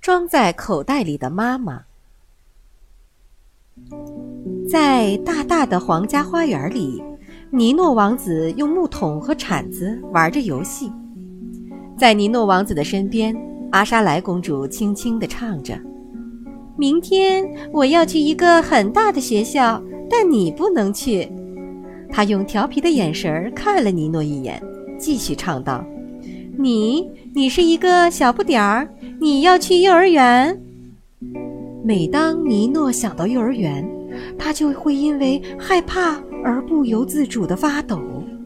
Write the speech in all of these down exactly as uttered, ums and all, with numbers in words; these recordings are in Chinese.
装在口袋里的妈妈。在大大的皇家花园里，尼诺王子用木桶和铲子玩着游戏。在尼诺王子的身边，阿莎莱公主轻轻地唱着：明天我要去一个很大的学校，但你不能去。她用调皮的眼神看了尼诺一眼，继续唱道：你你是一个小不点儿，你要去幼儿园。每当尼诺想到幼儿园，他就会因为害怕而不由自主地发抖。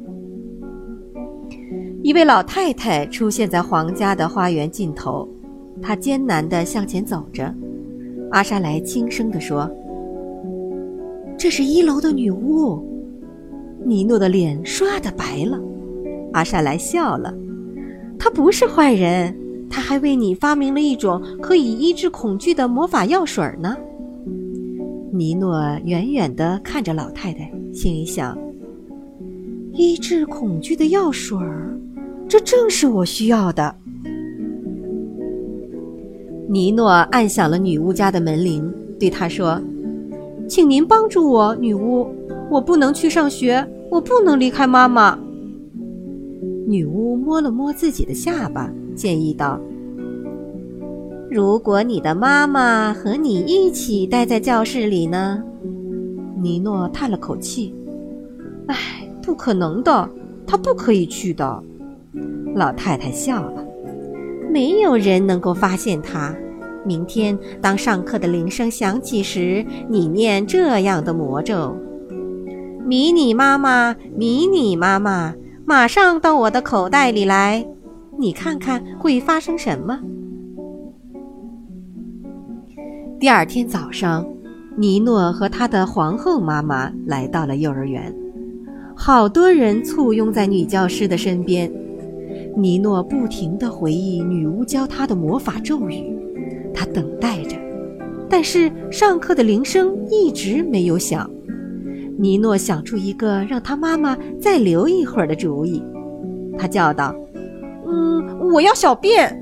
一位老太太出现在皇家的花园尽头，她艰难地向前走着。阿莎莱轻声地说：这是一楼的女巫。尼诺的脸唰地白了。阿莎莱笑了：她不是坏人，她还为你发明了一种可以医治恐惧的魔法药水呢。尼诺远远地看着老太太，心里想：医治恐惧的药水，这正是我需要的。尼诺按响了女巫家的门铃，对她说：请您帮助我，女巫，我不能去上学，我不能离开妈妈。女巫摸了摸自己的下巴，建议道：如果你的妈妈和你一起待在教室里呢？尼诺叹了口气：唉，不可能的，她不可以去的。老太太笑了：没有人能够发现她。明天当上课的铃声响起时，你念这样的魔咒：迷你妈妈，迷你妈妈，马上到我的口袋里来。你看看会发生什么？第二天早上，尼诺和他的皇后妈妈来到了幼儿园。好多人簇拥在女教师的身边。尼诺不停地回忆女巫教他的魔法咒语，他等待着，但是上课的铃声一直没有响。尼诺想出一个让他妈妈再留一会儿的主意，他叫道：嗯，我要小便。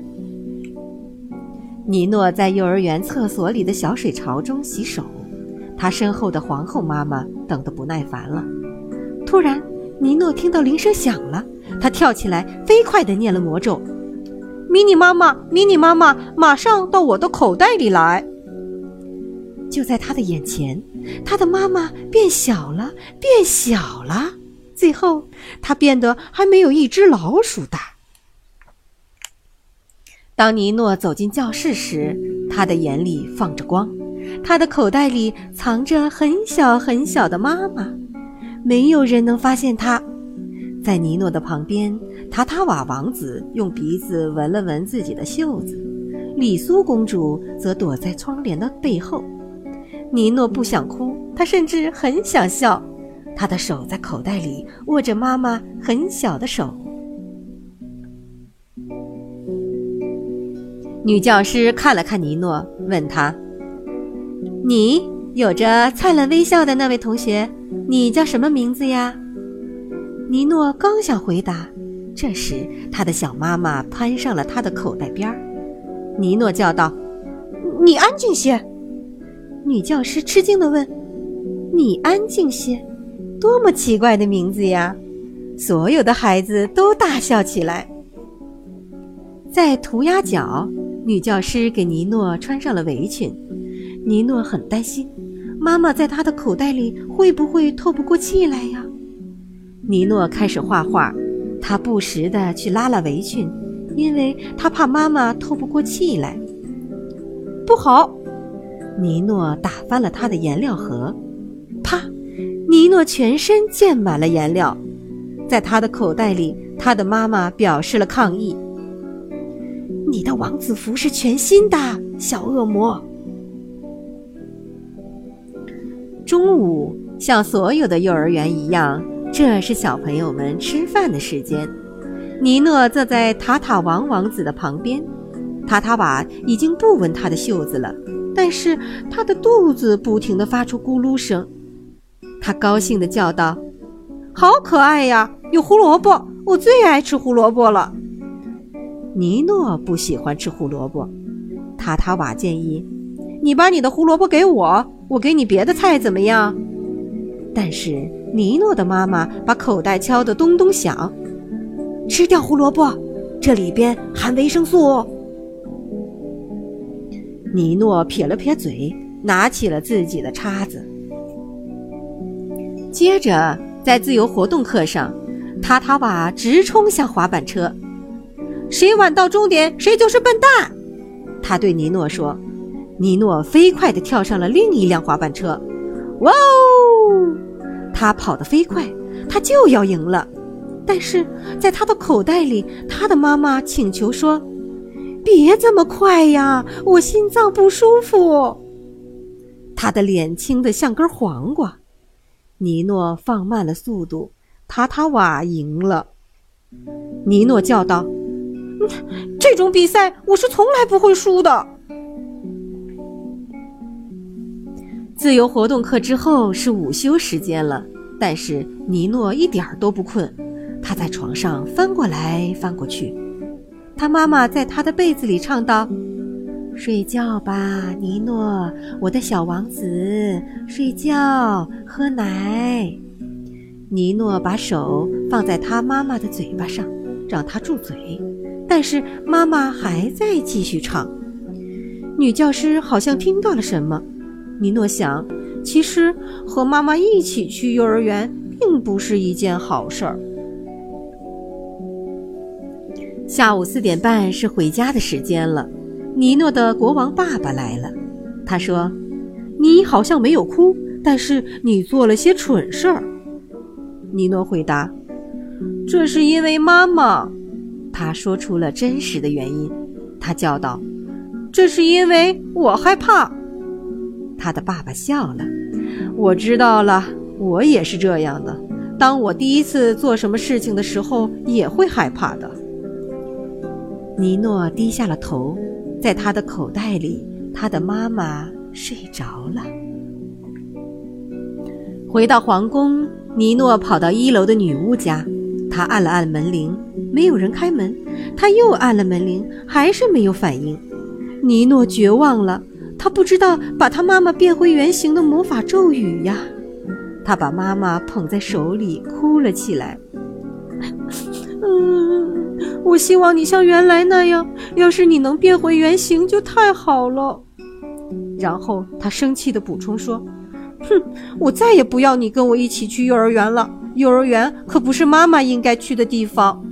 尼诺在幼儿园厕所里的小水槽中洗手，他身后的皇后妈妈等得不耐烦了。突然，尼诺听到铃声响了，他跳起来，飞快地念了魔咒：迷你妈妈，迷你妈妈，马上到我的口袋里来。就在他的眼前，他的妈妈变小了，变小了，最后他变得还没有一只老鼠大。当尼诺走进教室时，他的眼里放着光，他的口袋里藏着很小很小的妈妈，没有人能发现他。在尼诺的旁边，塔塔瓦王子用鼻子闻了闻自己的袖子，里苏公主则躲在窗帘的背后。尼诺不想哭，他甚至很想笑，他的手在口袋里握着妈妈很小的手。女教师看了看尼诺，问他：你有着灿烂微笑的那位同学，你叫什么名字呀？尼诺刚想回答，这时他的小妈妈攀上了他的口袋边儿。尼诺叫道：你安静些。女教师吃惊地问：你安静些？多么奇怪的名字呀！所有的孩子都大笑起来。在涂鸦角，女教师给尼诺穿上了围裙。尼诺很担心，妈妈在他的口袋里会不会透不过气来呀？尼诺开始画画，他不时地去拉拉围裙，因为他怕妈妈透不过气来。不好！尼诺打翻了他的颜料盒，啪！尼诺全身溅满了颜料。在他的口袋里，他的妈妈表示了抗议：你的王子服是全新的，小恶魔。中午，像所有的幼儿园一样，这是小朋友们吃饭的时间。尼诺坐在塔塔王王子的旁边，塔塔瓦已经不闻他的袖子了，但是他的肚子不停地发出咕噜声。他高兴地叫道：好可爱呀，有胡萝卜，我最爱吃胡萝卜了。尼诺不喜欢吃胡萝卜， 塔塔瓦建议，你把你的胡萝卜给我，我给你别的菜怎么样？但是尼诺的妈妈把口袋敲得咚咚响，吃掉胡萝卜，这里边含维生素哦。尼诺撇了撇嘴，拿起了自己的叉子。接着在自由活动课上，塔塔瓦直冲向滑板车，谁晚到终点谁就是笨蛋，他对尼诺说。尼诺飞快地跳上了另一辆滑板车，哇哦！他跑得飞快，他就要赢了。但是在他的口袋里，他的妈妈请求说，别这么快呀，我心脏不舒服。他的脸青得像根黄瓜。尼诺放慢了速度，塔塔瓦赢了。尼诺叫道，这种比赛我是从来不会输的。自由活动课之后是午休时间了，但是尼诺一点都不困，他在床上翻过来翻过去。他妈妈在他的被子里唱道，睡觉吧，尼诺，我的小王子，睡觉，喝奶。尼诺把手放在他妈妈的嘴巴上，让他住嘴，但是妈妈还在继续唱。女教师好像听到了什么，尼诺想，其实和妈妈一起去幼儿园并不是一件好事儿。下午四点半是回家的时间了，尼诺的国王爸爸来了。他说，你好像没有哭，但是你做了些蠢事儿。尼诺回答，这是因为妈妈。他说出了真实的原因。他叫道，这是因为我害怕。他的爸爸笑了，我知道了，我也是这样的，当我第一次做什么事情的时候也会害怕的。尼诺低下了头，在他的口袋里，他的妈妈睡着了。回到皇宫，尼诺跑到一楼的女巫家，他按了按门铃，没有人开门，他又按了门铃，还是没有反应。尼诺绝望了，他不知道把他妈妈变回原形的魔法咒语呀。他把妈妈捧在手里，哭了起来。嗯，我希望你像原来那样，要是你能变回原形就太好了。然后他生气地补充说，哼，我再也不要你跟我一起去幼儿园了，幼儿园可不是妈妈应该去的地方。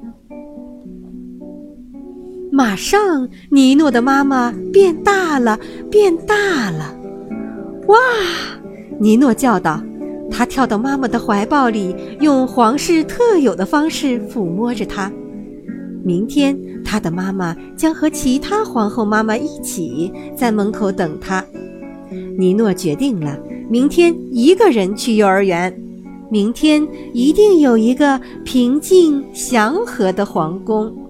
马上，尼诺的妈妈变大了，变大了！哇！尼诺叫道，他跳到妈妈的怀抱里，用皇室特有的方式抚摸着她。明天，他的妈妈将和其他皇后妈妈一起在门口等他。尼诺决定了，明天一个人去幼儿园，明天一定有一个平静祥和的皇宫。